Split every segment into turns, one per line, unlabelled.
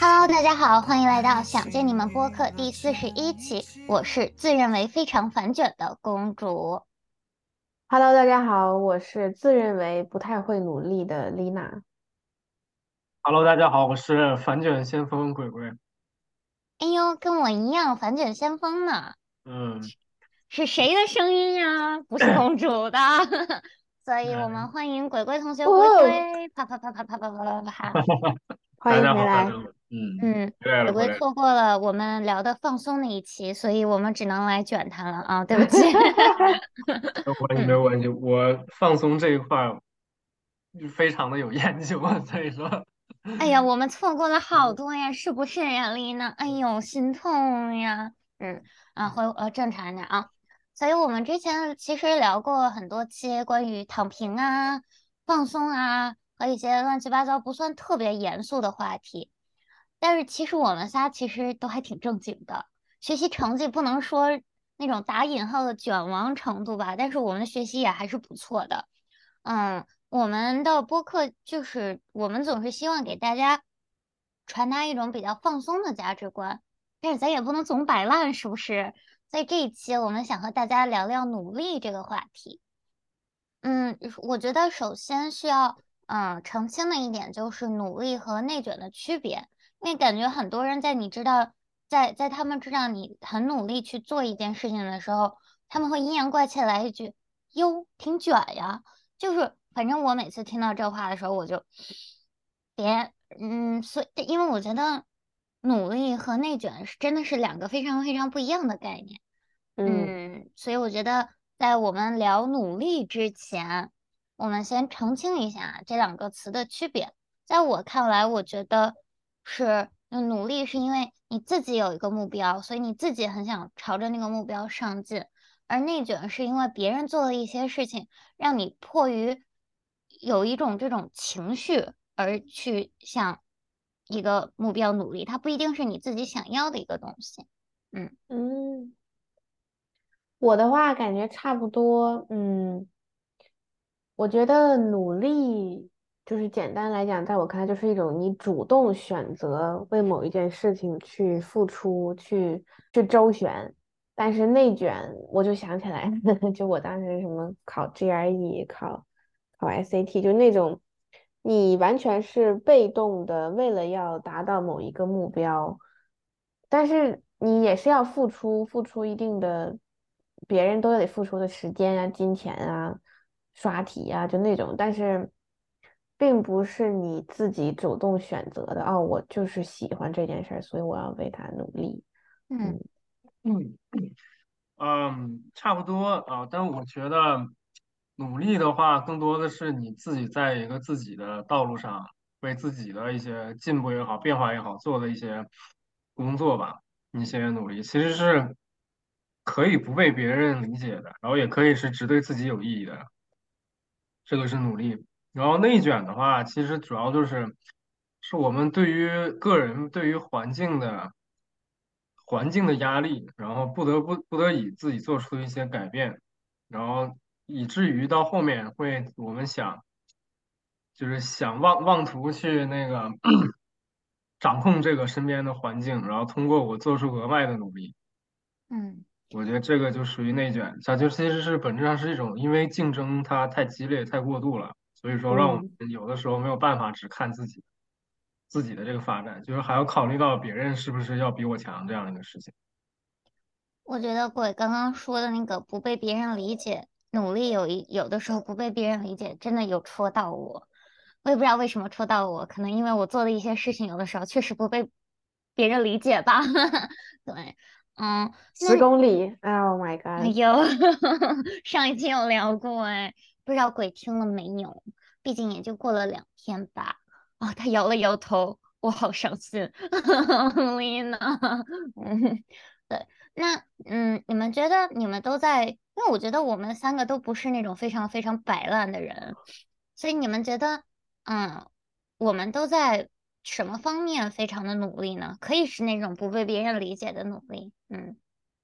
Hello，大家好，欢迎来到想见你们播客第41期，我是自认为非常反卷的公主。
Hello，大家好，我是自认为不太会努力的丽娜。
Hello，大家好，我是反卷先锋鬼鬼。
哎呦，跟我一样反卷先锋呢，
嗯，
是谁的声音呀？不是公主的，所以我们
嗯，
欢迎鬼鬼同学回
哦，
归，啪啪啪啪啪啪啪啪啪。
欢
大家好，大家
迎回来。
好。
嗯，
回来了，回来了。
鬼鬼错过了我们聊的放松那一期，所以我们只能来卷他了啊，对不起。
没有关系，没
嗯。
有关系。我放松这一块儿就非常的有研究，所以说，
哎呀，我们错过了好多呀，是不是呀，丽娜？哎呦，心痛呀。正常一点啊。所以我们之前其实聊过很多期关于躺平啊、放松啊和一些乱七八糟不算特别严肃的话题。但是其实我们仨其实都还挺正经的，学习成绩不能说那种打引号的卷王程度吧，但是我们的学习也还是不错的。我们的播客就是我们总是希望给大家传达一种比较放松的价值观，但是咱也不能总摆烂，是不是？在这一期，我们想和大家聊聊努力这个话题。我觉得首先需要澄清的一点就是努力和内卷的区别，因为感觉很多人在你知道在他们知道你很努力去做一件事情的时候，他们会阴阳怪气地来一句“哟，挺卷呀”，就是反正我每次听到这话的时候，我就别因为我觉得努力和内卷真的是两个非常非常不一样的概念。
嗯
所以我觉得在我们聊努力之前，我们先澄清一下这两个词的区别。在我看来，我觉得努力是因为你自己有一个目标，所以你自己很想朝着那个目标上进，而内卷是因为别人做了一些事情，让你迫于有一种这种情绪而去向一个目标努力，它不一定是你自己想要的一个东西。嗯。
嗯，我的话感觉差不多。我觉得努力就是简单来讲，在我看来就是一种你主动选择为某一件事情去付出、去周旋。但是内卷，我就想起来，就我当时什么考 GRE、考 SAT，就那种你完全是被动的，为了要达到某一个目标。但是你也是要付出一定的，别人都得付出的时间啊、金钱啊、刷题啊，就那种。但是，并不是你自己主动选择的。哦，我就是喜欢这件事儿，所以我要为它努力。
嗯。
嗯
嗯差不多啊。但我觉得努力的话，更多的是你自己在一个自己的道路上，为自己的一些进步也好、变化也好，做的一些工作吧，一些努力，其实是可以不被别人理解的，然后也可以是只对自己有意义的，这个是努力。然后内卷的话，其实主要是我们对于个人、对于环境的压力，然后不得已自己做出一些改变，然后以至于到后面我们就是想妄图去那个掌控这个身边的环境，然后通过我做出额外的努力，
嗯。
我觉得这个就属于内卷，它就其实是本质上是一种因为竞争它太激烈、太过度了，所以说让我
嗯。
们有的时候没有办法只看自己的这个发展，就是还要考虑到别人是不是要比我强这样一个事情。
我觉得鬼刚刚说的那个不被别人理解，努力有的时候不被别人理解，真的有戳到我。我也不知道为什么戳到我，可能因为我做的一些事情，有的时候确实不被别人理解吧。对。嗯。那
10公里，Oh my
哎
God！
呦，上一期有聊过哎，不知道鬼听了没有？毕竟也就过了2天吧。哦，他摇了摇头，我好伤心，丽娜。嗯，对。那你们觉得你们都在？因为我觉得我们三个都不是那种非常非常摆烂的人，所以你们觉得，嗯，我们都在什么方面非常的努力呢？可以是那种不被别人理解的努力。嗯。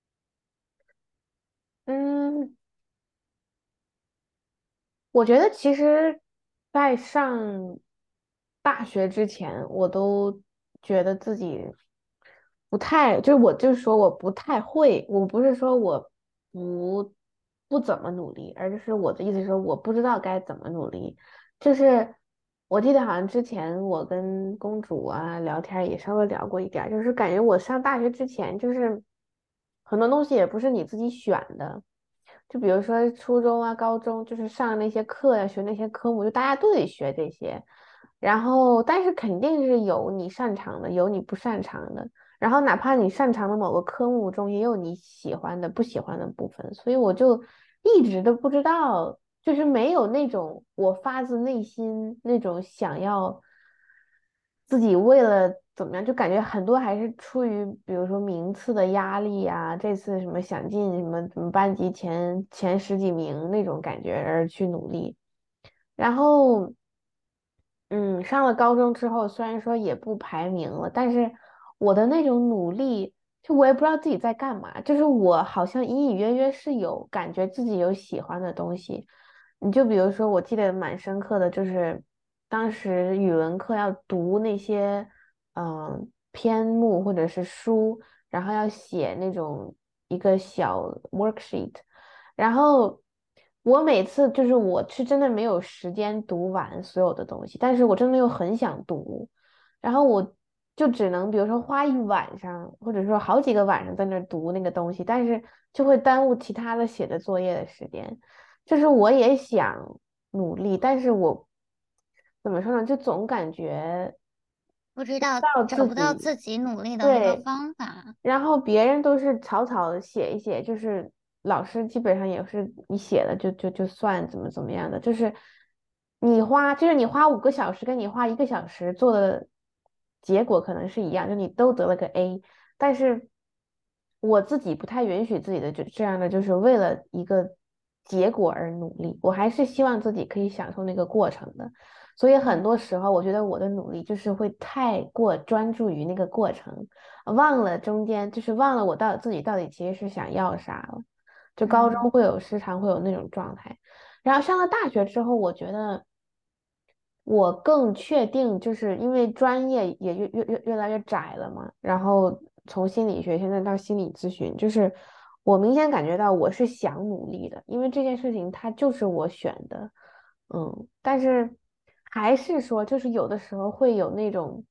嗯，我觉得其实，在上大学之前，我都觉得自己不太，就是我就是说我不太会，我不是说我不不怎么努力，而是我的意思是说我不知道该怎么努力。就是我记得好像之前我跟公主啊聊天儿也稍微聊过一点儿，就是感觉我上大学之前就是很多东西也不是你自己选的。就比如说初中啊、高中，就是上那些课呀、学那些科目，就大家都得学这些。然后，但是肯定是有你擅长的，有你不擅长的。然后，哪怕你擅长的某个科目中，也有你喜欢的、不喜欢的部分。所以我就一直都不知道，就是没有那种我发自内心那种想要自己为了怎么样，就感觉很多还是出于比如说名次的压力啊，这次什么想进什么班级前十几名那种感觉而去努力。然后，上了高中之后，虽然说也不排名了，但是我的那种努力，就我也不知道自己在干嘛，就是我好像隐隐约约是有感觉自己有喜欢的东西。你就比如说，我记得蛮深刻的，就是当时语文课要读那些篇目或者是书，然后要写那种一个小 worksheet。然后我每次就是我是真的没有时间读完所有的东西，但是我真的又很想读，然后我就只能比如说花一晚上，或者说好几个晚上在那儿读那个东西，但是就会耽误其他的写的作业的时间。就是我也想努力，但是我怎么说呢，就总感觉
不知道
到
找不到
自己。
自己努力的一个
对，
方法。
然后别人都是草草的写一写，就是老师基本上也是你写了就算怎么样的，就是你花5个小时跟你花1个小时做的结果可能是一样，就你都得了个 A，但是我自己不太允许自己的就这样的，就是为了一个结果而努力，我还是希望自己可以享受那个过程的。所以很
嗯
多时候，我觉得我的努力就是会太过专注于那个过程，忘了中间，就是忘了自己到底其实是想要啥了。就高中
嗯
时常会有那种状态，然后上了大学之后，我觉得我更确定，就是因为专业也越来越窄了嘛，然后从心理学现在到心理咨询，就是我明显感觉到我是想努力的，因为这件事情它就是我选的。但是还是说，就是有的时候会有那种。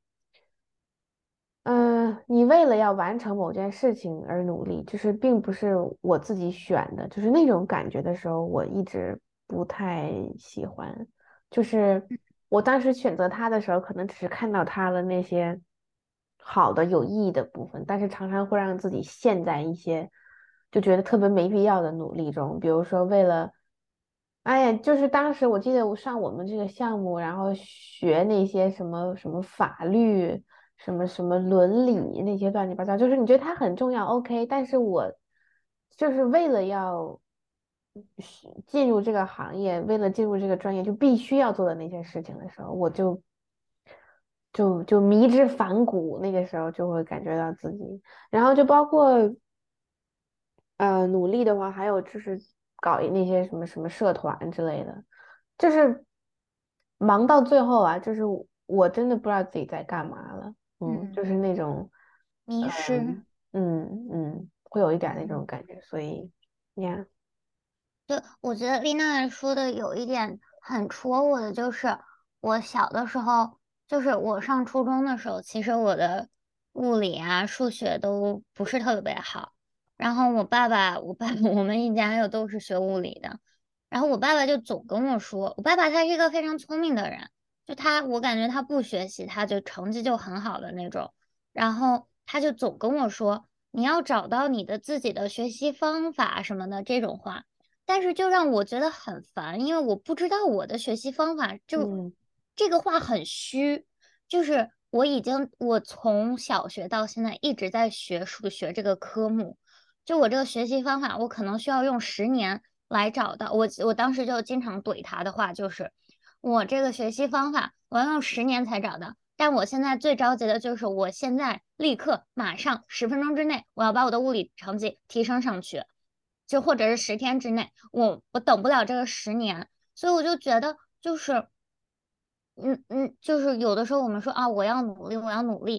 你为了要完成某件事情而努力，就是并不是我自己选的，就是那种感觉的时候，我一直不太喜欢。就是我当时选择它的时候，可能只是看到它的那些好的、有意义的部分，但是常常会让自己陷在一些就觉得特别没必要的努力中，比如说为了。哎呀，就是当时我记得我上我们这个项目，然后学那些什么什么法律、什么什么伦理那些乱七八糟，就是你觉得它很重要，OK，但是我就是为了要进入这个行业，为了进入这个专业，就必须要做的那些事情的时候，我就迷之反骨，那个时候就会感觉到自己，然后就包括。努力的话，还有就是搞那些什么什么社团之类的，就是忙到最后啊，就是我真的不知道自己在干嘛了，就
嗯，
是那种，
迷失。
会有一点那种
嗯。
感觉，所以呀，
对，我觉得丽娜说的有一点很戳我的，就是我小的时候，就是我上初中的时候，其实我的物理啊、数学都不是特别好。然后我爸爸我们一家又都是学物理的，然后我爸爸就总跟我说，我爸爸他是一个非常聪明的人，我感觉他不学习，他就成绩就很好的那种。然后他就总跟我说，你要找到你的自己的学习方法什么的这种话。但是就让我觉得很烦，因为我不知道我的学习方法，就
嗯
这个话很虚，就是我从小学到现在一直在学数学这个科目，就我这个学习方法，我可能需要用10年来找到。我当时就经常怼他的话就是，我这个学习方法我要用10年才找到。但我现在最着急的就是，我现在立刻马上10分钟之内，我要把我的物理成绩提升上去。就或者是10天之内，我等不了这个10年，所以我就觉得就是，就是有的时候我们说啊，我要努力，我要努力，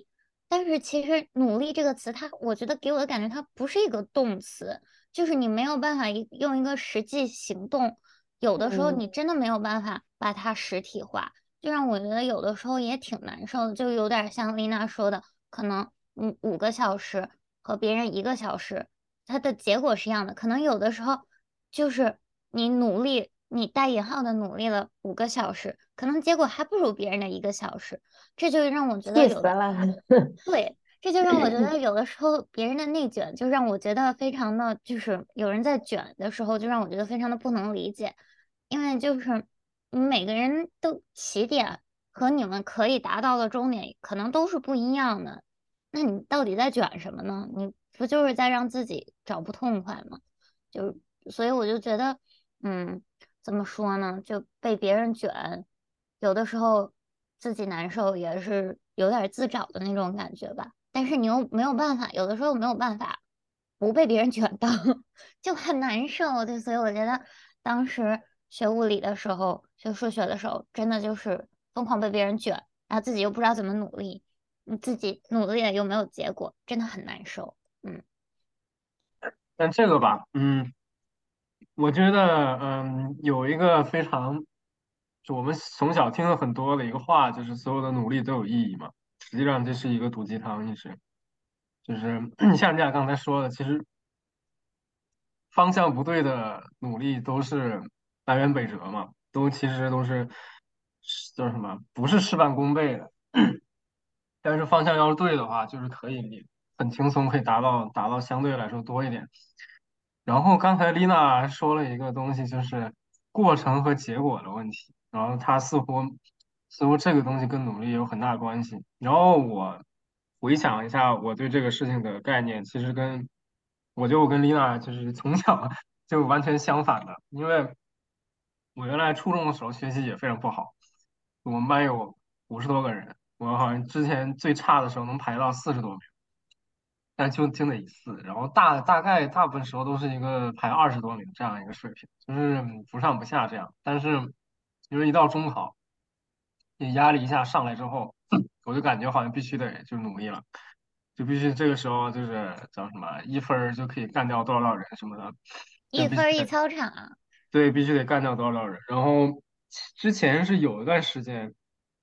但是其实努力这个词它，我觉得给我的感觉它不是一个动词，就是你没有办法用一个实际行动，有的时候
嗯，
你真的没有办法把它实体化，就让我觉得有的时候也挺难受的，就有点像丽娜说的，可能5个小时和别人1个小时，它的结果是一样的，可能有的时候就是你努力，你带引号的努力了5个小时，可能结果还不如别人的1个小时。这就让我觉得
气
有的，
死了。
对，这就让我觉得有的时候别人的内卷，就让我觉得非常的，就是有人在卷的时候，就让我觉得非常的不能理解，因为就是你每个人都起点和你们可以达到的终点可能都是不一样的，那你到底在卷什么呢？你不就是在让自己找不痛快吗？就所以我就觉得，嗯，怎么说呢？就被别人卷，有的时候自己难受也是有点儿自找的那种感觉吧。但是你又没有办法，有的时候没有办法不被别人卷到，就很难受。对，所以我觉得当时学物理的时候，学数学的时候，真的就是疯狂被别人卷，然后自己又不知道怎么努力，你自己努力了又没有结果，真的很难受。嗯。
但这个吧，我觉得，有一个非常，就我们从小听了很多的一个话，就是所有的努力都有意义嘛。实际上这是一个毒鸡汤，一直就是像你俩刚才说的，其实方向不对的努力都是南辕北辙嘛，其实都是叫什么，不是事半功倍的。但是方向要是对的话，就是可以很轻松，可以达到相对来说多一点。然后刚才丽娜说了一个东西，就是过程和结果的问题。然后她似乎这个东西跟努力有很大关系。然后我回想一下我对这个事情的概念，其实我跟丽娜就是从小就完全相反的。因为我原来初中的时候学习也非常不好，我们班有50多个人，我好像之前最差的时候能排到40多名。但就那一次，然后大概大部分时候都是一个排20多名这样一个水平，就是不上不下这样。但是因为一到中考，你压力一下上来之后，我就感觉好像必须得就努力了，就必须这个时候就是叫什么1分儿就可以干掉多少多少人什么的，就必须得
一分儿一操场。
对，必须得干掉多少多少人。然后之前是有一段时间，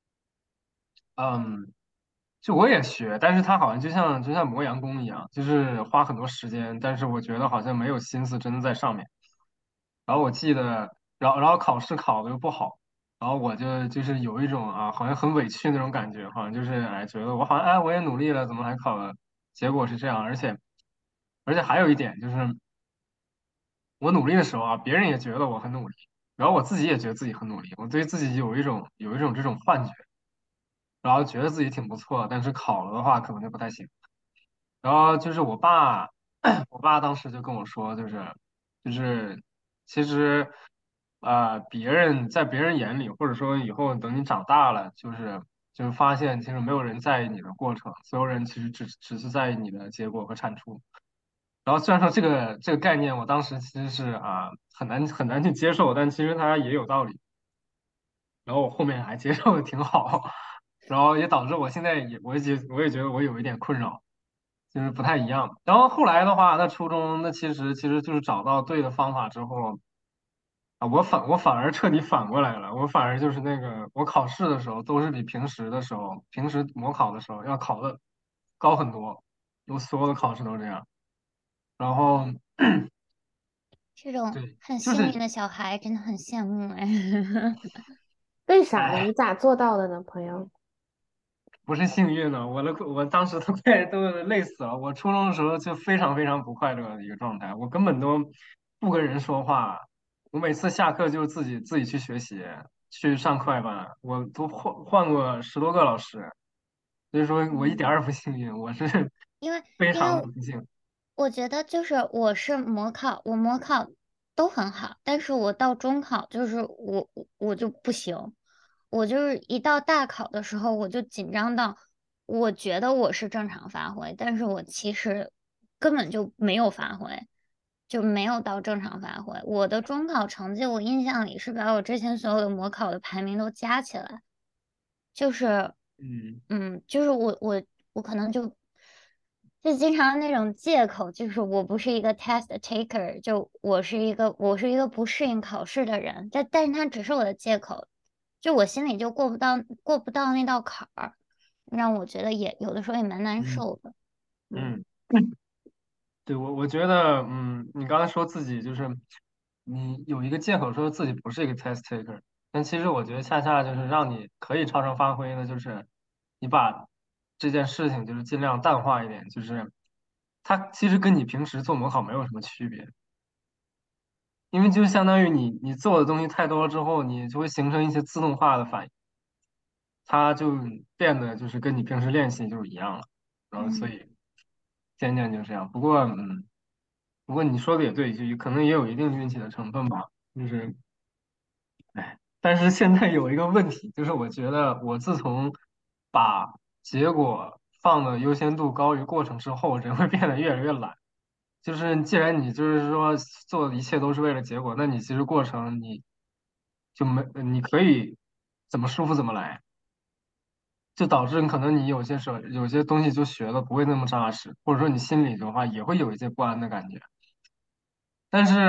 嗯。就我也学，但是它好像就像磨洋工一样，就是花很多时间，但是我觉得好像没有心思真的在上面。然后我记得，然后考试考的又不好，然后我就是有一种好像很委屈那种感觉，好像就是觉得我好像我也努力了，怎么还考的结果是这样？而且还有一点就是我努力的时候别人也觉得我很努力，然后我自己也觉得自己很努力，我对自己有一种这种幻觉，然后觉得自己挺不错，但是考了的话可能就不太行。然后就是我爸，我爸当时就跟我说，就是其实在别人眼里，或者说以后等你长大了，就是发现其实没有人在意你的过程，所有人其实只是在意你的结果和产出。然后虽然说这个概念我当时其实是很难去接受，但其实它也有道理。然后我后面还接受的挺好，然后也导致我现在我也觉得我有一点困扰。就是不太一样。然后后来的话，那初中那其实就是找到对的方法之后我反而彻底反过来了，我反而就是那个我考试的时候都是比平时模考的时候要考的高很多，我所有的考试都这样。然后
这种
对，
很
就是
幸运的小孩真的很羡慕哎。
为啥呢？
哎，
你咋做到的呢，朋友？
不是幸运的，我当时都累死了。我初中的时候就非常非常不快乐的一个状态，我根本都不跟人说话。我每次下课就是自己去学习，去上课外班，我都换过10多个老师，所以说我一点儿
嗯，
也不幸运，我是
因为
非
因为
常不幸。
我觉得就是我是模考，我模考都很好，但是我到中考就是我就不行，我就是一到大考的时候我就紧张到，我觉得我是正常发挥，但是我其实根本就没有发挥，就没有到正常发挥。我的中考成绩我印象里是把我之前所有的模考的排名都加起来。就是，
嗯
就是我可能就经常那种借口，就是我不是一个 test taker，就我是一个不适应考试的人，但是它只是我的借口，就我心里就过不到那道坎儿，让我觉得也有的时候也蛮难
嗯
受的。嗯
嗯。对，我觉得，你刚才说自己就是你有一个借口说自己不是一个 test taker，但其实我觉得恰恰就是让你可以超常发挥的，就是你把这件事情就是尽量淡化一点，就是它其实跟你平时做模考没有什么区别，因为就相当于你做的东西太多了之后，你就会形成一些自动化的反应，它就变得就是跟你平时练习就是一样了，然后所
嗯
以渐渐就这样。不过你说的也对，就可能也有一定运气的成分吧。就是，哎，但是现在有一个问题，就是我觉得我自从把结果放的优先度高于过程之后，人会变得越来越懒。就是既然你就是说做的一切都是为了结果，那你其实过程你就没，你可以怎么舒服怎么来，就导致可能你有些东西就学的不会那么扎实，或者说你心里的话也会有一些不安的感觉。但是，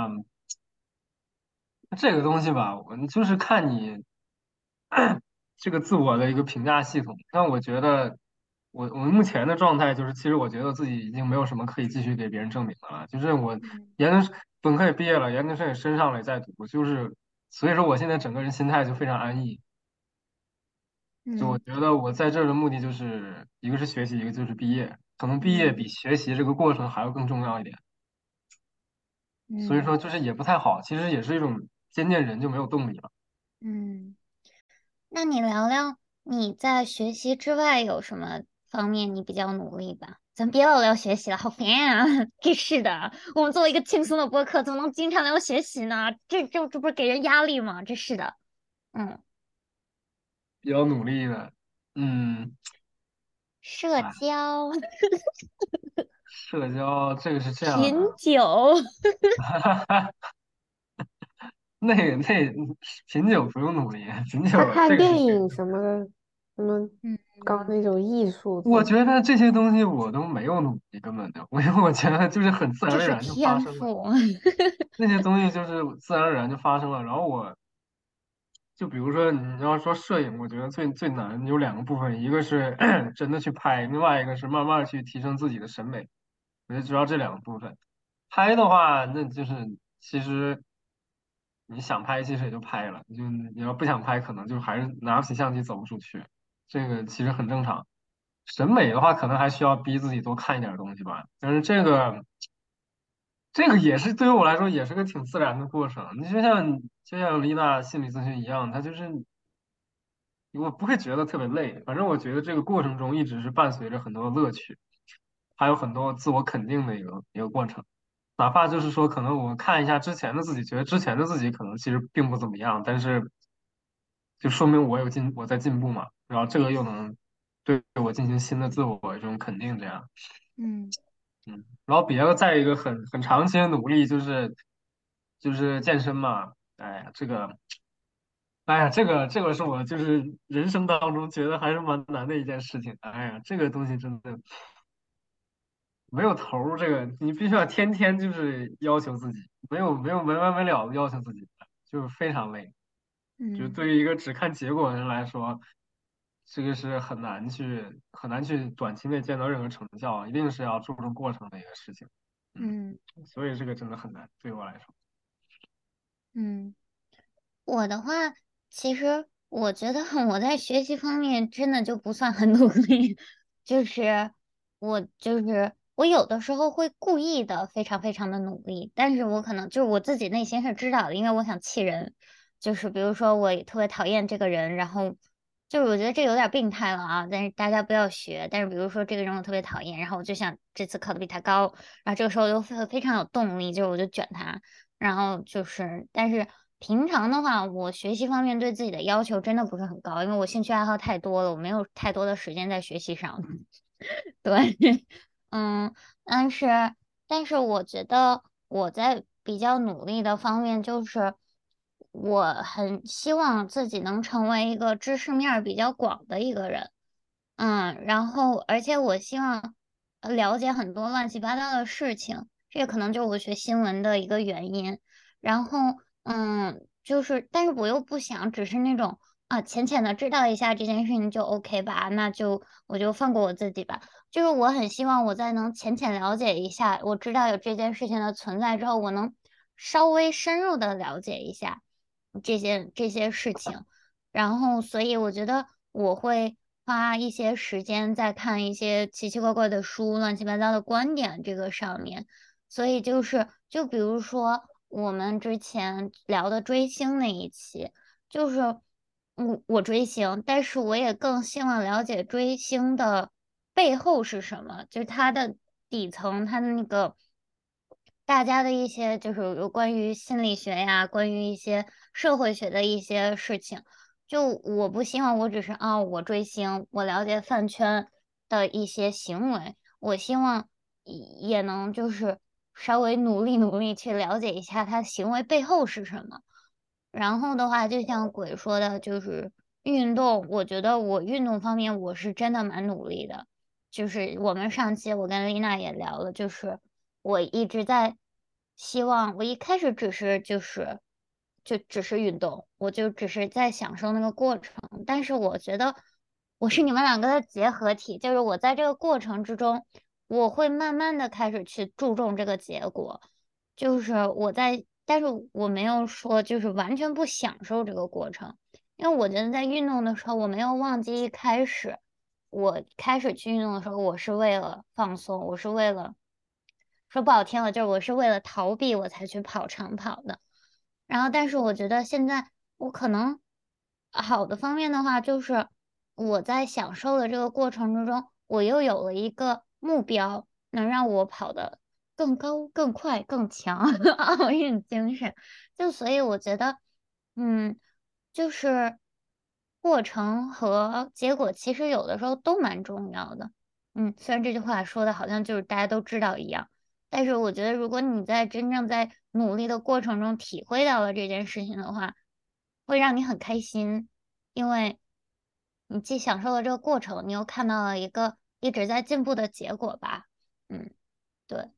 这个东西吧，我就是看你这个自我的一个评价系统。但我觉得我目前的状态就是，其实我觉得自己已经没有什么可以继续给别人证明的了。就是我
嗯
研究生本科也毕业了，研究生也升上了也在读，就是所以说我现在整个人心态就非常安逸。就我
嗯
觉得我在这儿的目的就是一个是学习，一个就是毕业。可能毕业
嗯
比学习这个过程还要更重要一点。所以
嗯
说就是也不太好，其实也是一种渐渐人就没有动力了。
嗯。那你聊聊你在学习之外有什么方面你比较努力吧？咱别老聊学习了，好烦啊！真是的，我们作为一个轻松的播客，怎么能经常聊学习呢？这不是给人压力吗？真是的。嗯，
比较努力的，嗯，
社
哎，
交、
社交这个是这样
品
的，
酒，
那品酒不用努力，品
他
酒这个是
看电
这个，
影什么的，什么
嗯
搞那种艺术
我
作品，
觉得这些东西我都没有努力，根本就，我觉得就是很自然
这是
而然就发生了，
天赋。
那些东西就是自然而然就发生了，然后就比如说你要说摄影，我觉得最难有两个部分，一个是真的去拍，另外一个是慢慢去提升自己的审美。我就主要这两个部分。拍的话，那就是其实你想拍，其实也就拍了。就你要不想拍，可能就还是拿不起相机走不出去。这个其实很正常。审美的话，可能还需要逼自己多看一点儿东西吧。但是这个也是对于我来说也是个挺自然的过程。你就像丽娜心理咨询一样，它就是我不会觉得特别累，反正我觉得这个过程中一直是伴随着很多乐趣，还有很多自我肯定的一个过程。哪怕就是说，可能我看一下之前的自己，觉得之前的自己可能其实并不怎么样，但是就说明我在进步嘛，然后这个又能对我进行新的自我这种肯定，这样。
嗯
然后再一个很长期的努力就是健身嘛。哎呀，这个是我就是人生当中觉得还是蛮难的一件事情。哎呀，这个东西真的没有头儿，这个你必须要天天就是要求自己，没有没完没了的要求自己，就是非常累。就
嗯
对于一个只看结果的人来说，这个是很难去短期内见到任何成效，一定是要注重过程的一个事情。嗯，
嗯
所以这个真的很难，对我来说。
嗯。我的话，其实我觉得我在学习方面真的就不算很努力，就是我有的时候会故意的非常非常的努力，但是我可能就是我自己内心是知道的，因为我想气人，就是比如说我特别讨厌这个人，然后就是我觉得这有点病态了啊，但是大家不要学。但是比如说这个人我特别讨厌，然后我就想这次考的比他高，然后这个时候我就非常有动力，就是我就卷他。然后就是，但是平常的话，我学习方面对自己的要求真的不是很高，因为我兴趣爱好太多了，我没有太多的时间在学习上。对，嗯，但是我觉得我在比较努力的方面，就是我很希望自己能成为一个知识面儿比较广的一个人。 然后而且我希望了解很多乱七八糟的事情，这可能就是我学新闻的一个原因。然后就是，但是我又不想只是那种浅浅的知道一下这件事情就 OK 吧，那就我就放过我自己吧。就是我很希望我在能浅浅了解一下，我知道有这件事情的存在之后，我能稍微深入的了解一下这些事情。然后，所以我觉得我会花一些时间在看一些奇奇怪怪的书、乱七八糟的观点这个上面。所以就是，就比如说我们之前聊的追星那一期，就是我追星，但是我也更希望了解追星的背后是什么，就是它的底层，它的那个大家的一些就是有关于心理学呀，关于一些社会学的一些事情。就我不希望我只是我追星，我了解饭圈的一些行为，我希望也能就是稍微努力努力去了解一下他行为背后是什么。然后的话，就像鬼说的，就是运动，我觉得我运动方面我是真的蛮努力的。就是我们上期我跟丽娜也聊了，就是我一直在希望，我一开始只是运动，我就只是在享受那个过程。但是我觉得我是你们两个的结合体，就是我在这个过程之中，我会慢慢的开始去注重这个结果。就是但是我没有说就是完全不享受这个过程，因为我觉得在运动的时候，我没有忘记一开始。我开始去运动的时候，我是为了放松，我是为了说不好听了，就是我是为了逃避我才去跑长跑的。然后，但是我觉得现在我可能好的方面的话，就是我在享受的这个过程之中，我又有了一个目标，能让我跑得更高、更快、更强，奥运精神。就所以我觉得，嗯，就是过程和结果其实有的时候都蛮重要的。虽然这句话说的好像就是大家都知道一样，但是我觉得如果你在真正在努力的过程中体会到了这件事情的话，会让你很开心，因为你既享受了这个过程，你又看到了一个一直在进步的结果吧。嗯，对。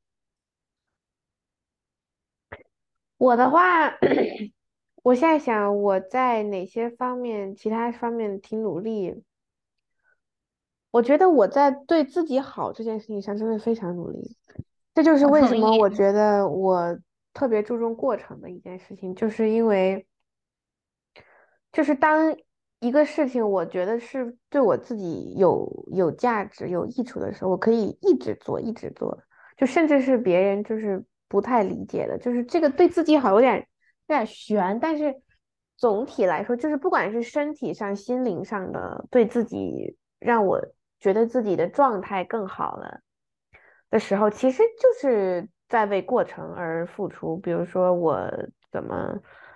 我的话，我现在想我在哪些方面，其他方面挺努力。我觉得我在对自己好这件事情上真的非常努力，这就是
我
为什么
同意。
我觉得我特别注重过程的一件事情，就是因为，就是当一个事情我觉得是对我自己有价值、有益处的时候，我可以一直做，一直做，就甚至是别人就是不太理解的，就是这个对自己好有点悬，但是总体来说，就是不管是身体上、心灵上的，对自己让我觉得自己的状态更好了的时候，其实就是在为过程而付出。比如说我怎么，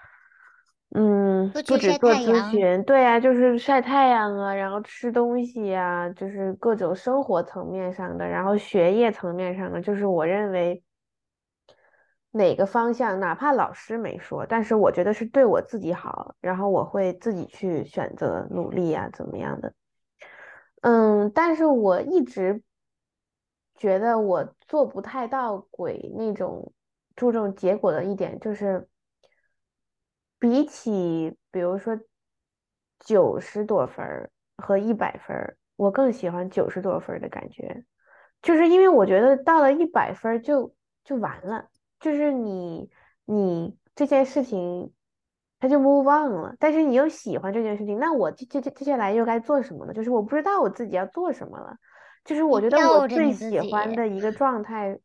不
多去晒
止做
太阳。
咨询，对啊，就是晒太阳啊，然后吃东西呀，就是各种生活层面上的，然后学业层面上的，就是我认为哪个方向，哪怕老师没说，但是我觉得是对我自己好，然后我会自己去选择努力啊，怎么样的。但是我一直觉得我做不太到鬼那种注重结果的一点，就是比起比如说90多分儿和100分儿，我更喜欢90多分儿的感觉，就是因为我觉得到了100分儿就完了，就是你这件事情它就 move on 了，但是你又喜欢这件事情，那我接下来又该做什么呢？就是我不知道我自己要做什么了。就是我
你
觉得我
吊着你自
最喜欢
己。
的一个状态，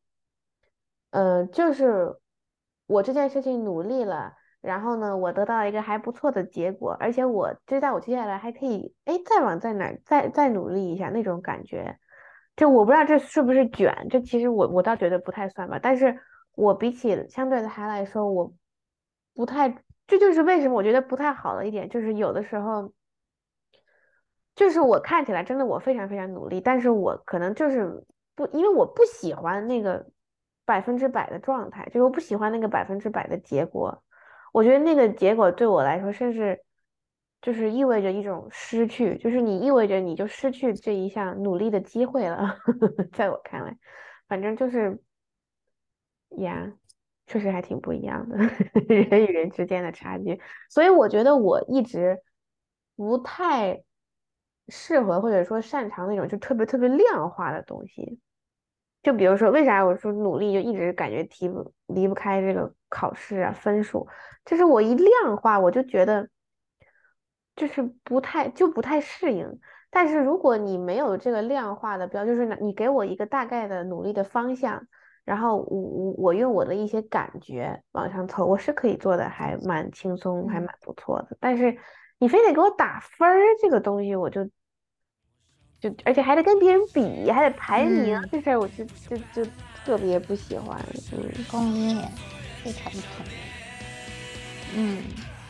就是我这件事情努力了，然后呢，我得到了一个还不错的结果，而且我知道我接下来还可以，哎，在哪儿再努力一下那种感觉。就我不知道这是不是卷，这其实我倒觉得不太算吧，但是我比起相对的他来说，我不太，这就是为什么我觉得不太好的一点，就是有的时候。就是我看起来真的我非常非常努力，但是我可能就是不，因为我不喜欢那个100%的状态，就是我不喜欢那个100%的结果。我觉得那个结果对我来说，甚至就是意味着一种失去，就是你意味着你就失去这一项努力的机会了。在我看来，反正就是呀，确实还挺不一样的，人与人之间的差距。所以我觉得我一直不太适合或者说擅长那种就特别特别量化的东西。就比如说，为啥我说努力就一直感觉离不开这个考试啊分数，就是我一量化，我就觉得就是不太适应。但是如果你没有这个量化的标，就是你给我一个大概的努力的方向，然后我用我的一些感觉往上凑，我是可以做的，还蛮轻松，还
嗯
蛮不错的。但是你非得给我打分儿，这个东西我而且还得跟别人比，还得排名，
嗯，
这事儿我就特别不喜欢。嗯。
公益非常同意。嗯。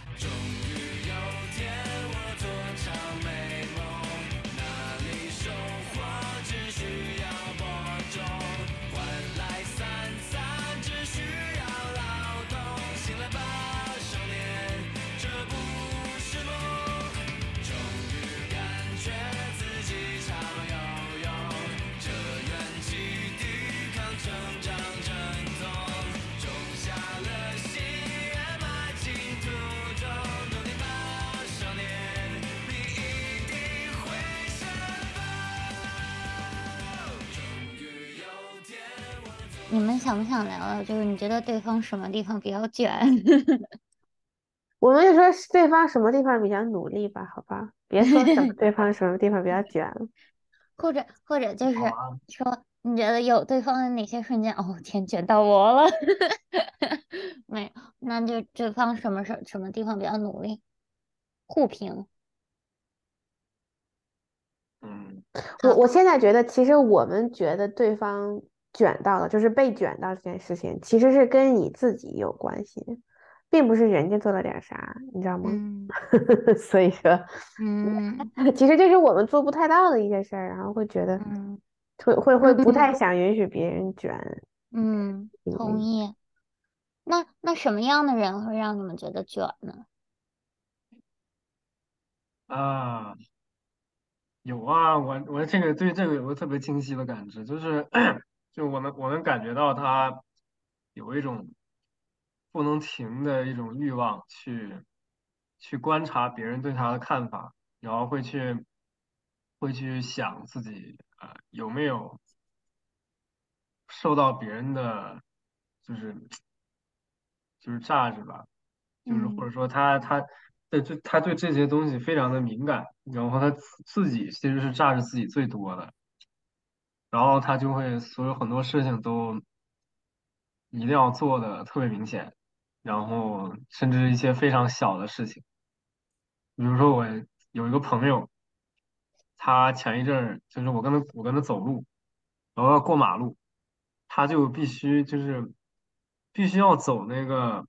你们想不想聊聊？就是你觉得对方什么地方比较卷？
我们就说是对方什么地方比较努力吧，好吧，别说什么对方什么地方比较卷了。
或者就是
好啊。
说，你觉得有对方的哪些瞬间？哦，天，卷到我了。没有，那就对方什么地方比较努力？互评
嗯
啊。
我现在觉得，其实我们觉得对方卷到了，就是被卷到这件事情，其实是跟你自己有关系，并不是人家做了点啥，你知道吗？
嗯
所以说，
嗯
其实这是我们做不太到的一些事儿，然后会觉得
嗯
会不太想允许别人卷。
嗯，同
嗯，
意。那什么样的人会让你们觉得卷呢？
啊，有啊，我这个对这个有个特别清晰的感知，就是就我能感觉到他有一种不能停的一种欲望去观察别人对他的看法，然后会去想自己有没有受到别人的就是价值吧，就是或
嗯
者说他对这些东西非常的敏感，然后他自己其实是价值自己最多的。然后他就会所有很多事情都一定要做的特别明显，然后甚至一些非常小的事情，比如说我有一个朋友，他前一阵儿就是我跟他走路，然后要过马路，他就必须要走那个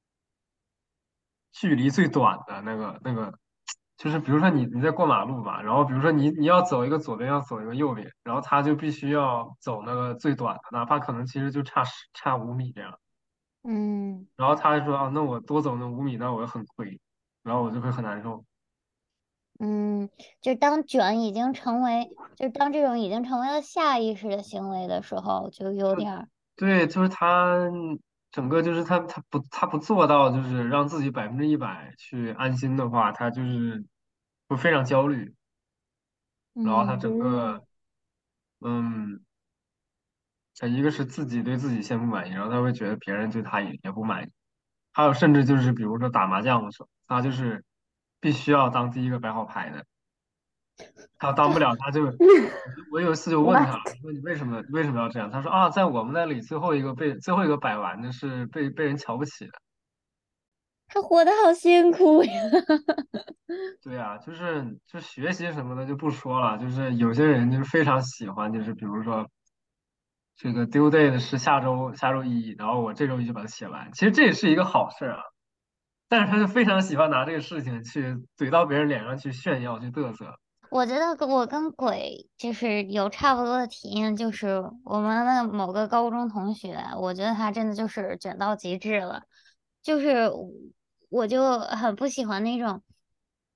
距离最短的那个，就是比如说你在过马路吧，然后比如说你要走一个左边，要走一个右边，然后他就必须要走那个最短的，哪怕可能其实就差5米这样，
嗯
然后他就说啊，那我多走那5米，那我就很亏，然后我就会很难受。
嗯，就当卷已经成为，就当这种已经成为了下意识的行为的时候，就有点儿。
对，就是他整个就是他不做到就是让自己100%去安心的话，他就是会非常焦虑，然后他
嗯
整
嗯，
个嗯。他一个是自己对自己先不满意，然后他会觉得别人对他也不满意，还有甚至就是比如说打麻将的时候，他就是必须要当第一个摆好牌的，他当不了他就我有一次就问他，
我
我说你为什么要这样？他说啊，在我们那里最后一个摆完的是被人瞧不起的。
他活得好辛苦呀。
对啊，就学习什么的就不说了，就是有些人就是非常喜欢，就是比如说这个 due date 是下周一，然后我这周一就把它写完，其实这也是一个好事儿啊。但是他就非常喜欢拿这个事情去怼到别人脸上去炫耀、去嘚瑟。
我觉得我跟鬼就是有差不多的体验，就是我们的某个高中同学，我觉得他真的就是卷到极致了，就是我就很不喜欢那种，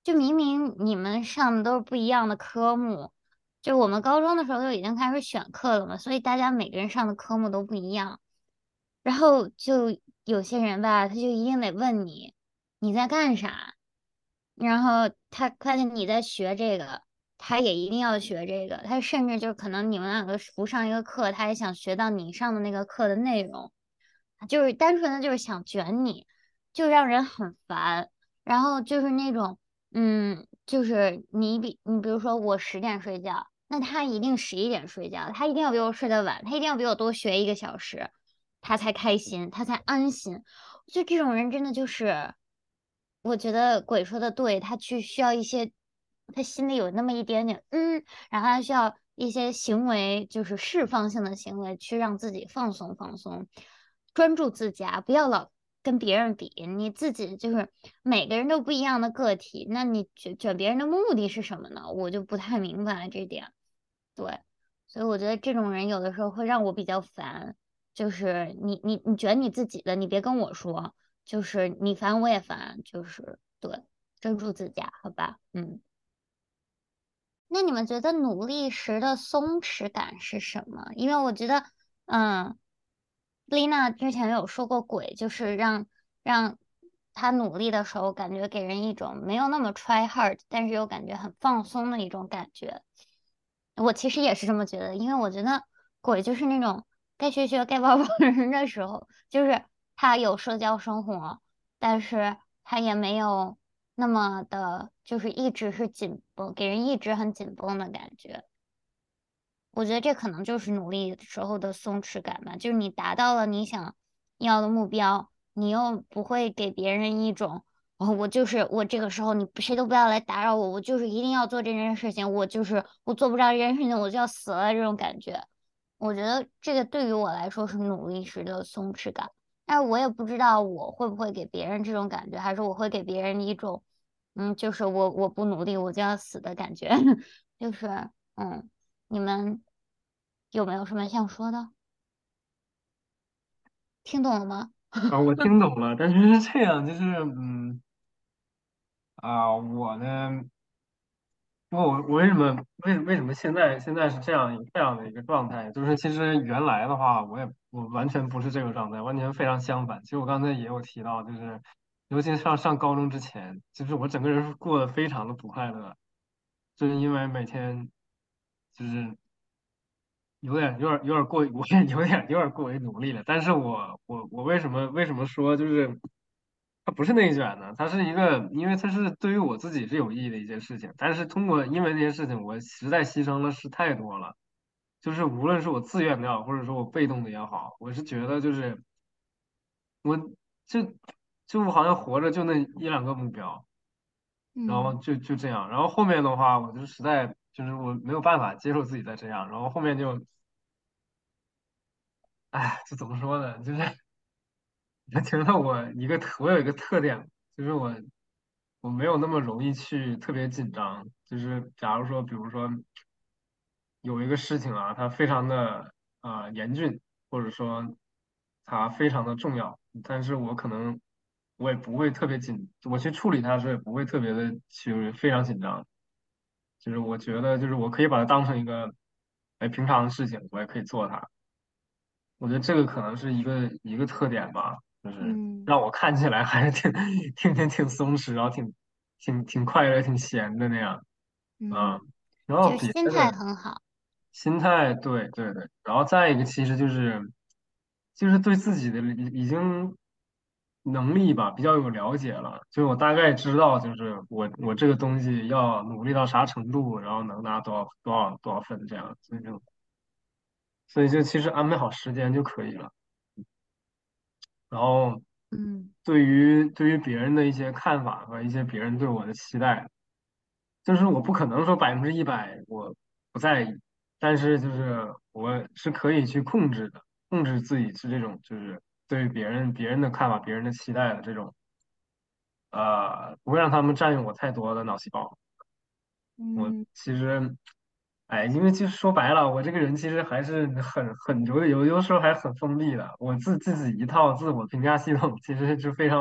就明明你们上的都是不一样的科目，就我们高中的时候就已经开始选课了嘛，所以大家每个人上的科目都不一样。然后就有些人吧，他就一定得问你在干啥，然后他发现你在学这个，他也一定要学这个，他甚至就可能你们两个不上一个课，他也想学到你上的那个课的内容，就是单纯的就是想卷你，就让人很烦。然后就是那种，就是你比如说我10点睡觉，那他一定11点睡觉，他一定要比我睡得晚，他一定要比我多学1个小时，他才开心，他才安心。就这种人真的就是，我觉得鬼说的对，他需要一些，他心里有那么一点点然后他需要一些行为，就是释放性的行为，去让自己放松放松，专注自家，不要老跟别人比，你自己就是每个人都不一样的个体，那你卷别人的目的是什么呢？我就不太明白这点。对，所以我觉得这种人有的时候会让我比较烦。就是你卷你自己的，你别跟我说，就是你烦我也烦，就是对，专注自家，好吧？那你们觉得努力时的松弛感是什么？因为我觉得，嗯，丽娜之前有说过鬼，就是让她努力的时候，感觉给人一种没有那么 try hard，但是又感觉很放松的一种感觉。我其实也是这么觉得，因为我觉得鬼就是那种该学学、该玩玩的时候，就是他有社交生活，但是他也没有那么的，就是一直是紧绷，给人一直很紧绷的感觉。我觉得这可能就是努力时候的松弛感吧，就是你达到了你想要的目标，你又不会给别人一种，我就是我这个时候你谁都不要来打扰我，我就是一定要做这件事情，我做不着这件事情我就要死了这种感觉。我觉得这个对于我来说是努力时的松弛感，但是我也不知道我会不会给别人这种感觉，还是我会给别人一种，就是我不努力我就要死的感觉，就是嗯。你们有没有什么想说的？听懂了吗？
我听懂了，但是是这样，就是我呢。我为什么现在是这样的一个状态？就是其实原来的话，我完全不是这个状态，完全非常相反。其实我刚才也有提到，就是尤其上高中之前，就是我整个人是过得非常的不快乐，就是因为每天就是有点过，我也有点过于努力了。但是我为什么说就是它不是内卷呢？它是一个，因为它是对于我自己是有意义的一件事情。但是因为这件事情，我实在牺牲的事太多了。就是无论是我自愿的也好，或者说我被动的也好，我是觉得就是我就我好像活着就那一两个目标，然后
嗯
就这样。然后后面的话，我就实在就是我没有办法接受自己再这样，然后后面就。哎，这怎么说呢？就是我觉得我有一个特点，就是我没有那么容易去特别紧张。就是假如说，比如说有一个事情啊，它非常的严峻，或者说它非常的重要，但是我也不会特别我去处理它的时候也不会特别的去非常紧张。就是我觉得就是我可以把它当成一个平常的事情，我也可以做它。我觉得这个可能是一个特点吧，就是
嗯
让我看起来还是挺松弛，然后挺快乐、挺闲的那样啊。
嗯，
然后别
就是心态
的
很好。
心态，对对对，然后再一个其实就是对自己的已经能力吧比较有了解了，就我大概知道就是我这个东西要努力到啥程度，然后能拿多少分这样，所以就其实安排好时间就可以了。然后
嗯
对于别人的一些看法和一些别人对我的期待，就是我不可能说100%我不在意，但是就是我是可以去控制的，控制自己是这种就是对于别人的看法、别人的期待的这种不会让他们占用我太多的脑细胞。我
嗯
其实，哎，因为其实说白了，我这个人其实还是很有的时候还很封闭的。我自己一套自我评价系统，其实是非常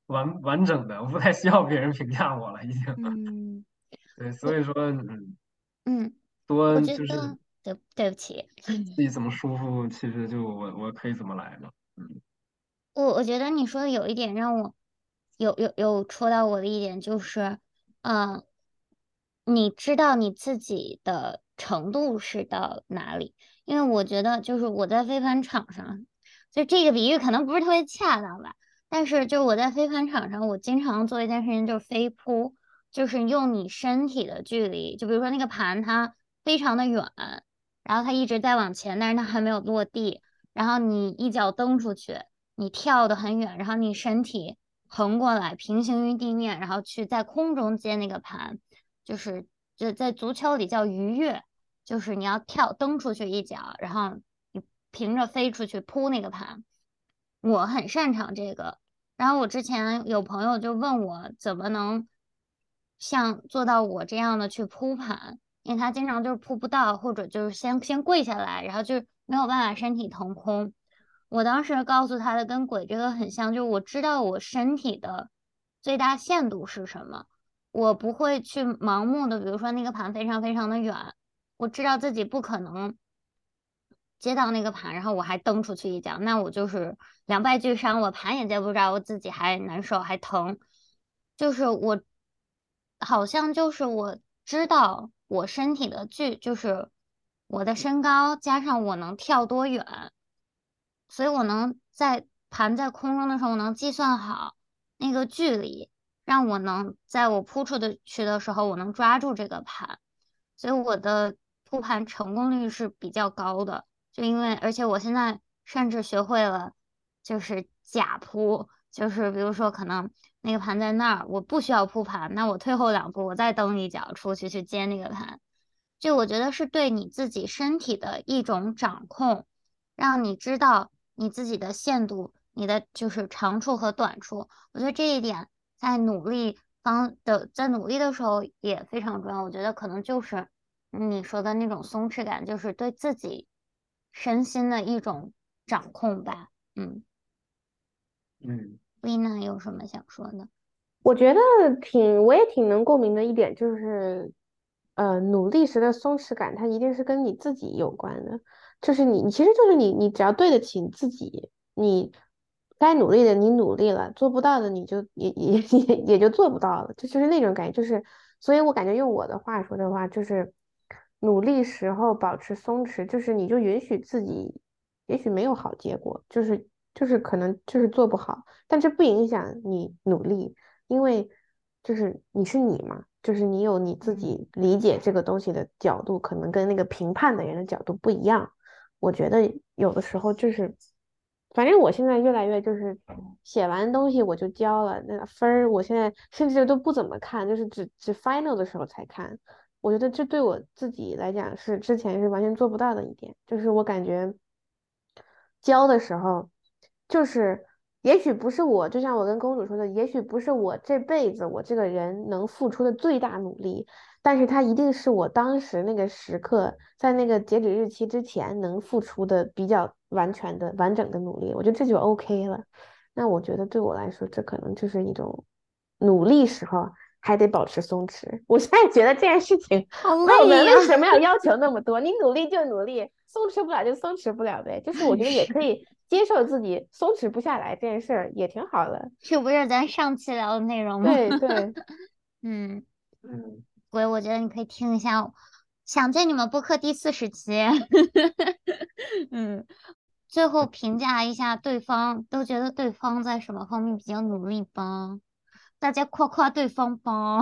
完整的，我不太需要别人评价我了，已经。
嗯，
对，
我
所以说，
嗯，我
多就是
觉得对不起，
自己怎么舒服，其实就我可以怎么来嘛。
我觉得你说的有一点让我有戳到我的一点就是，嗯、你知道你自己的程度是到哪里？因为我觉得就是我在飞盘场上，就这个比喻可能不是特别恰当吧，但是就是我在飞盘场上，我经常做一件事情就是飞扑，就是用你身体的距离，就比如说那个盘它非常的远，然后它一直在往前，但是它还没有落地，然后你一脚蹬出去。你跳得很远，然后你身体横过来，平行于地面，然后去在空中接那个盘，就是就在足球里叫鱼跃，就是你要跳蹬出去一脚，然后你平着飞出去扑那个盘。我很擅长这个，然后我之前有朋友就问我怎么能像做到我这样的去扑盘，因为他经常就是扑不到，或者就是先跪下来，然后就没有办法身体腾空。我当时告诉他的跟鬼这个很像，就是我知道我身体的最大限度是什么，我不会去盲目的，比如说那个盘非常非常的远，我知道自己不可能接到那个盘，然后我还蹬出去一脚，那我就是两败俱伤，我盘也接不着，我自己还难受还疼，就是我好像就是我知道我身体的就是我的身高加上我能跳多远。所以我能在盘在空中的时候，我能计算好那个距离，让我能在我扑出去的时候，我能抓住这个盘，所以我的扑盘成功率是比较高的。就因为，而且我现在甚至学会了，就是假扑，就是比如说可能那个盘在那儿，我不需要扑盘，那我退后两步，我再蹬一脚出去去接那个盘。就我觉得是对你自己身体的一种掌控。让你知道你自己的限度，你的就是长处和短处。我觉得这一点在努力的时候也非常重要。我觉得可能就是你说的那种松弛感，就是对自己身心的一种掌控吧。嗯，
嗯
丽娜有什么想说的？
我觉得我也挺能共鸣的一点就是，努力时的松弛感，它一定是跟你自己有关的。就是你其实就是你只要对得起你自己，你该努力的你努力了，做不到的你就也就做不到了，就是那种感觉。就是，所以我感觉用我的话说的话，就是努力时候保持松弛，就是你就允许自己，也许没有好结果，就是可能就是做不好。但这不影响你努力，因为就是你是你嘛，就是你有你自
嗯。
己理解这个东西的角度，可能跟那个评判的人的角度不一样。我觉得有的时候就是，反正我现在越来越就是写完东西我就交了，那分儿我现在甚至都不怎么看，就是只 final 的时候才看。我觉得这对我自己来讲是之前是完全做不到的一点，就是我感觉教的时候，就是也许不是我，就像我跟公主说的，也许不是我这辈子我这个人能付出的最大努力，但是它一定是我当时那个时刻，在那个截止日期之前能付出的比较完全的、完整的努力，我觉得这就 OK 了。那我觉得对我来说，这可能就是一种努力时候还得保持松弛。我现在觉得这件事情，
好
那我们
累呀、
为什么要要求那么多？你努力就努力，松弛不了就松弛不了呗。就是我觉得也
是
可以接受自己松弛不下来这件事儿，也挺好的。
是不是咱上期聊的内容吗？
对对，
嗯。
嗯
鬼，我觉得你可以听一下《想见你们》播客第40期。嗯，最后评价一下对方，都觉得对方在什么方面比较努力吧？大家夸夸对方吧。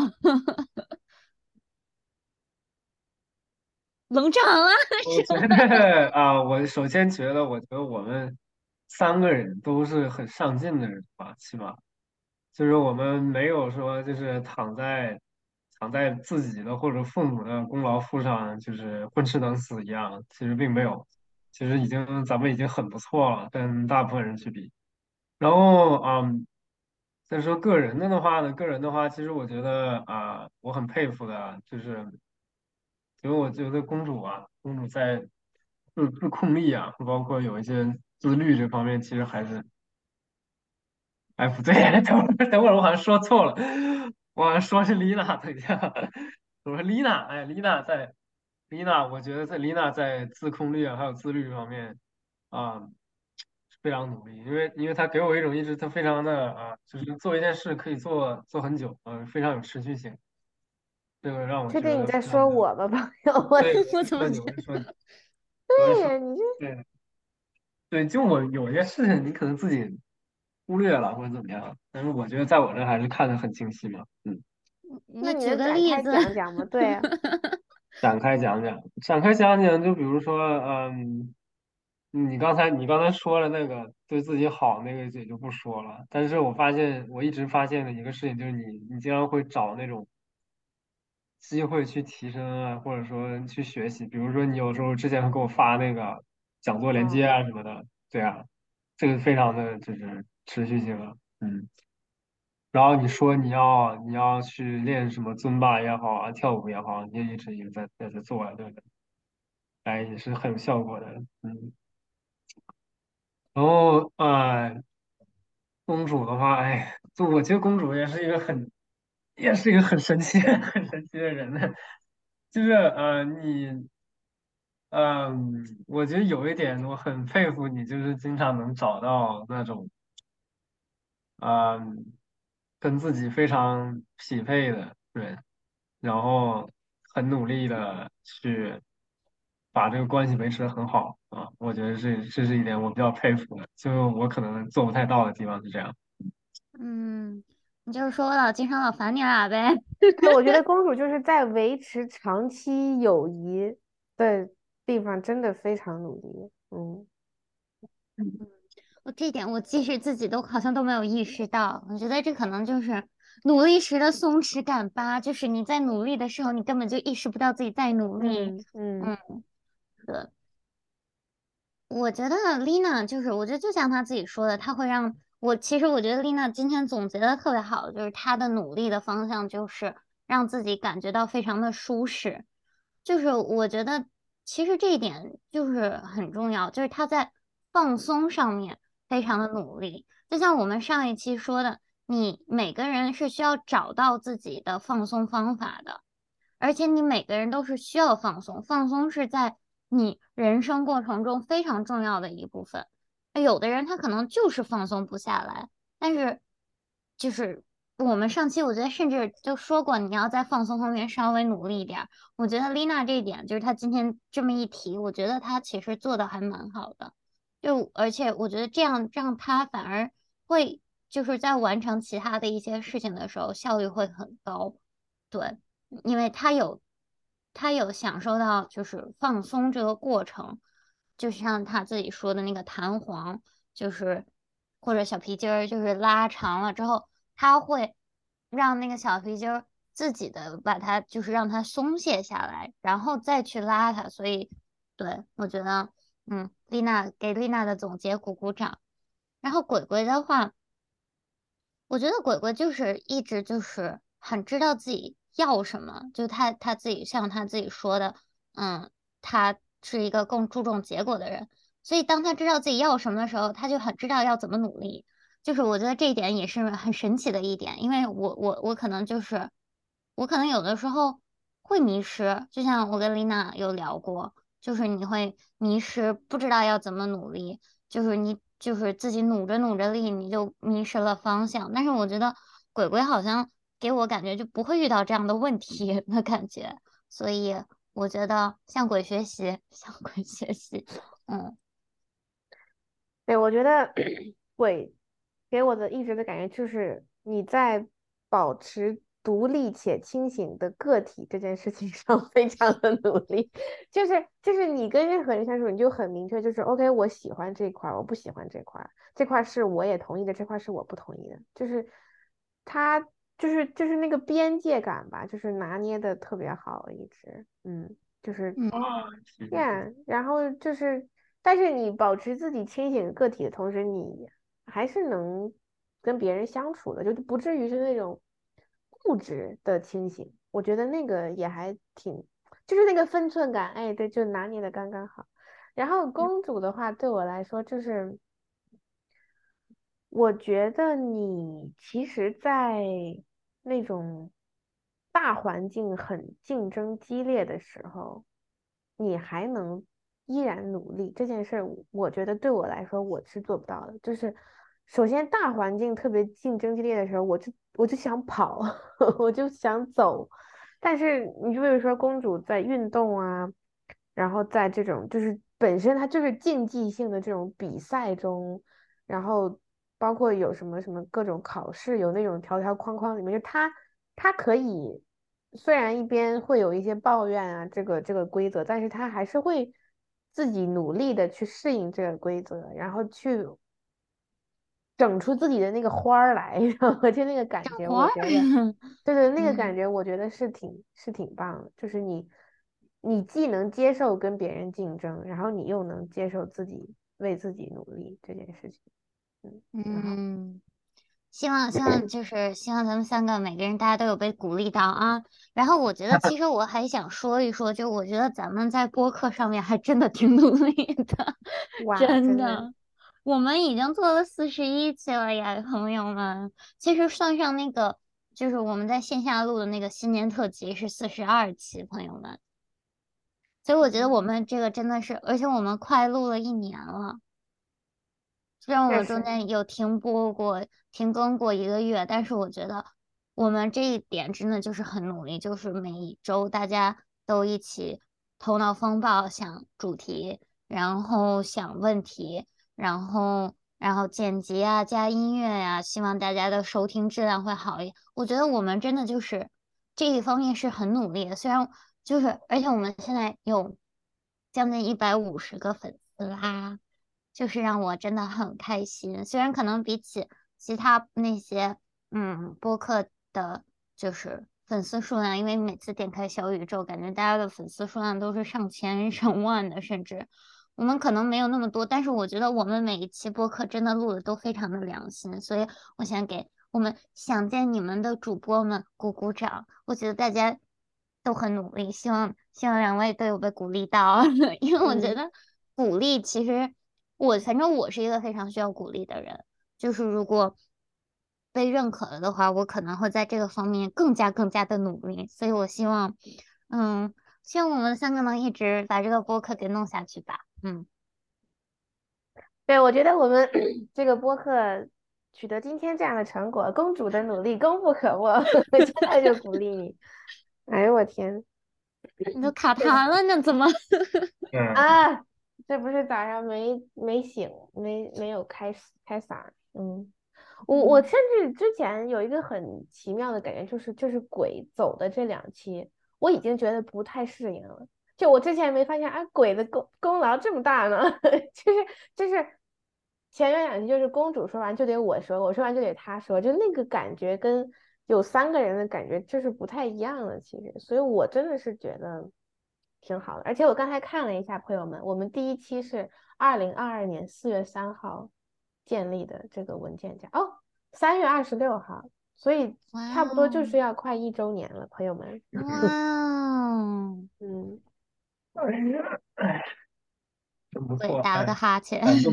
冷场啊！
我觉得我首先我觉得我们3个人都是很上进的人吧，起码就是我们没有说就是躺在自己的或者父母的功劳簿上，就是混吃等死一样，其实并没有，其实咱们已经很不错了，跟大部分人去比。然后再说个人的话，其实我觉得我很佩服的，就是因为我觉得公主在自控力啊，包括有一些自律这方面，其实还是哎，不对，等会儿我好像说错了，我好像说是丽娜。等一下，我说丽娜，哎，丽娜，我觉得丽娜在自控力啊，还有自律方面啊，非常努力，因为她给我一种意识，她非常的就是做一件事可以做很久，非常有持续性，这个让我
确
觉
定你在说
得非常的。
我吧，朋友？我
对，
我
我是说你，
怎么觉得？
我是说你，我是说，
对呀，你这
对对，就我有些事情你可能自己忽略了或者怎么样，但是我觉得在我这还是看得很清晰嘛。嗯。
那你
你举
能展开
个例子。
讲讲吗？对呀，
展开讲讲，展开讲讲，就比如说，你刚才说了那个对自己好那个也就不说了，但是我一直发现的一个事情就是你经常会找那种机会去提升啊，或者说去学习，比如说你有时候之前会给我发那个讲座链接
哦，
啊什么的，对啊，这个非常的就是持续性啊，嗯。然后你说你要去练什么尊巴也好啊，跳舞也好，你也一直在做啊，对不对？哎，也是很有效果的，嗯。然后公主的话，哎，就我觉得公主也是一个很神奇很神奇的人呢。就是我觉得有一点我很佩服你，就是经常能找到那种嗯，跟自己非常匹配的人，然后很努力的去把这个关系维持的很好啊，我觉得这是一点我比较佩服的，就我可能做不太到的地方是这样。
嗯，你就是说我经常老烦你俩呗。
对，我觉得公主就是在维持长期友谊的地方真的非常努力。嗯
我这一点我即使自己都好像都没有意识到，我觉得这可能就是努力时的松弛感吧，就是你在努力的时候，你根本就意识不到自己在努力。
嗯嗯
嗯，对。我觉得 Lina 就是，我觉得就像她自己说的，她会让我，其实我觉得 Lina 今天总结的特别好，就是她的努力的方向就是让自己感觉到非常的舒适，就是我觉得其实这一点就是很重要，就是她在放松上面非常的努力，就像我们上一期说的，你每个人是需要找到自己的放松方法的。而且你每个人都是需要放松，放松是在你人生过程中非常重要的一部分。有的人他可能就是放松不下来，但是就是我们上期我觉得甚至就说过，你要在放松方面稍微努力一点儿。我觉得丽娜这一点，就是她今天这么一提，我觉得她其实做的还蛮好的。就而且我觉得这样让她反而会就是在完成其他的一些事情的时候效率会很高。对。因为他有享受到就是放松这个过程，就像他自己说的那个弹簧，就是或者小皮筋儿，就是拉长了之后，他会让那个小皮筋儿自己的把它就是让它松懈下来，然后再去拉它。所以，对，我觉得，丽娜给丽娜的总结鼓鼓掌。然后鬼鬼的话。我觉得鬼鬼就是一直就是很知道自己要什么，就他自己像他自己说的，他是一个更注重结果的人，所以当他知道自己要什么的时候，他就很知道要怎么努力。就是我觉得这一点也是很神奇的一点，因为我可能就是我可能有的时候会迷失，就像我跟丽娜有聊过，就是你会迷失，不知道要怎么努力。就是你就是自己努着努着力，你就迷失了方向。但是我觉得鬼鬼好像给我感觉就不会遇到这样的问题的感觉，所以我觉得向鬼学习，向鬼学习。嗯
对，我觉得鬼给我的一直的感觉就是你在保持独立且清醒的个体这件事情上非常的努力，就是你跟任何人相处，你就很明确，就是 OK，我喜欢这块儿，我不喜欢这块儿，这块儿是我也同意的，这块儿是我不同意的，就是他就是那个边界感吧，就是拿捏的特别好，一直，就是
嗯
是是是，
yeah，然后就是，但是你保持自己清醒的个体的同时，你还是能跟别人相处的，就不至于是那种固执的清醒。我觉得那个也还挺，就是那个分寸感，哎，对，就拿捏的刚刚好。然后公主的话，对我来说就是。 我觉得你其实，在那种大环境很竞争激烈的时候，你还能依然努力，这件事儿，我觉得对我来说我是做不到的。就是首先大环境特别竞争激烈的时候，我就想跑，我就想走。但是你就比如说公主在运动啊。然后在这种就是本身它就是竞技性的这种比赛中，然后包括有什么什么各种考试，有那种条条框框里面，就它可以虽然一边会有一些抱怨啊，这个规则，但是它还是会自己努力的去适应这个规则，然后去整出自己的那个花儿来，然后就那个感觉，
活儿，
我觉得，对对，那个感
嗯。
觉，我觉得是挺棒的，就是你既能接受跟别人竞争，然后你又能接受自己为自己努力这件事情，挺好。
嗯，希望就是希望咱们三个每个人大家都有被鼓励到啊。然后我觉得其实我还想说一说，就我觉得咱们在播客上面还真的挺努力的，
哇，真的，
真的。我们已经做了41期了呀，朋友们。其实算上那个，就是我们在线下录的那个新年特辑是42期，朋友们。所以我觉得我
嗯，
们这个真的是，而且我们快录了1年了。虽然我们中
确实，
间有停播过、停更过1个月，但是我觉得我们这一点真的就是很努力，就是每一周大家都一起头脑风暴想主题，然后想问题，然后剪辑啊、加音乐呀、希望大家的收听质量会好一点。我觉得我们真的就是这一方面是很努力的，虽然就是而且我们现在有将近150个粉丝啦。就是让我真的很开心。虽然可能比起其他那些播客的，就是粉丝数量，因为每次点开小宇宙，感觉大家的粉丝数量都是上千上万的，甚至我们可能没有那么多，但是我觉得我们每一期播客真的录的都非常的良心，所以我想给我们想见你们的主播们鼓鼓掌。我觉得大家都很努力，希望2位都有被鼓励到，因为我觉
嗯。
得鼓励其实。反正我是一个非常需要鼓励的人，就是如果被认可了的话，我可能会在这个方面更加的努力。所以我嗯，希望我们三个能一直把这个播客给弄下去吧。嗯，
对，我觉得我们这个播客取得今天这样的成果，公主的努力功不可没，现在就鼓励你。哎呦我天，
你都卡
这
痰了，那怎么？
嗯
啊，这不是早上没醒，没有开嗓。我
嗯，
甚至之前有一个很奇妙的感觉，就是鬼走的这2期，我已经觉得不太适应了。就我之前没发现啊，鬼的功劳这么大呢，就是前面2期就是公主说完就得我说，我说完就得他说，就那个感觉跟有3个人的感觉就是不太一样的，其实，所以我真的是觉得挺好的。而且我刚才看了一下，朋友们，我们第一期是2022年4月3号建立的这个文件夹，哦，3月26号，所以
哇
差不多就是
哦，
要快1周年了，朋友们。
哇哦，
嗯，
哎呀，哎，真不错，
我也打了个
哎，
哈欠。
感动。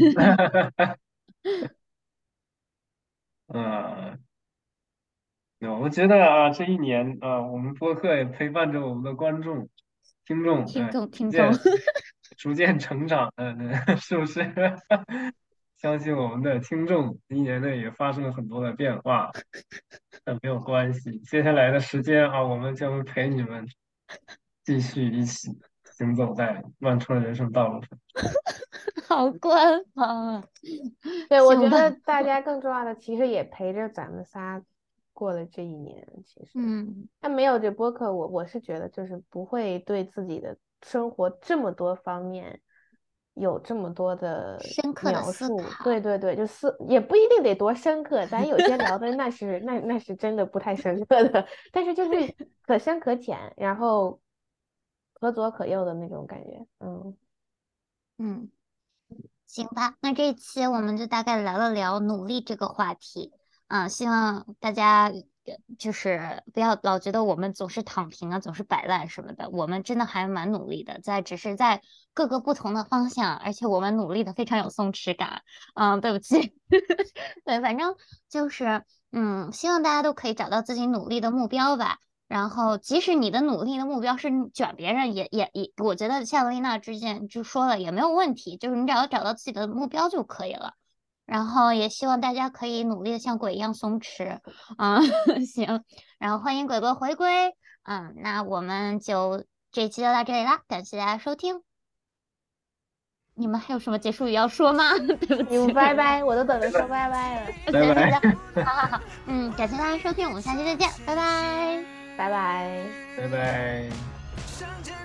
嗯，有，我觉得啊，这一年啊，我们播客也陪伴着我们的观众、听众，
听
哎，
众听众，
逐渐逐渐成长，是不是？相信我们的听众一年内也发生了很多的变化，但没有关系，接下来的时间啊，我们将会陪你们继续一起行走在漫长的人生道路上。
好官方啊！
对，我
行吧，
觉得大家更重要的其实也陪着咱们仨过了这一年，其实。
嗯。
那没有这播客，我是觉得就是不会对自己的生活这么多方面有这么多的
深刻的
描述。
思考。
对对对，就是也不一定得多深刻，咱有些聊的那是真的不太深刻的，但是就是可深可浅，然后可左可右的那种感觉。嗯，
嗯，行吧，那这一期我们就大概聊了聊努力这个话题。希望大家就是不要老觉得我们总是躺平啊，总是摆烂什么的，我们真的还蛮努力的，只是在各个不同的方向，而且我们努力的非常有松弛感。对不起，对，反正就是希望大家都可以找到自己努力的目标吧。然后，即使你的努力的目标是卷别人，也，我觉得像丽娜之前就说了也没有问题，就是你只要找到自己的目标就可以了。然后也希望大家可以努力的像鬼一样松弛。行，然后欢迎鬼鬼回归。那我们就这一期就到这里啦，感谢大家收听。你们还有什么结束语要说吗？对不
你们
起，
拜拜，我都等着说拜拜了，
拜拜，
好好好，感谢大家收听，我们下期再见，拜拜。
拜拜。
拜拜。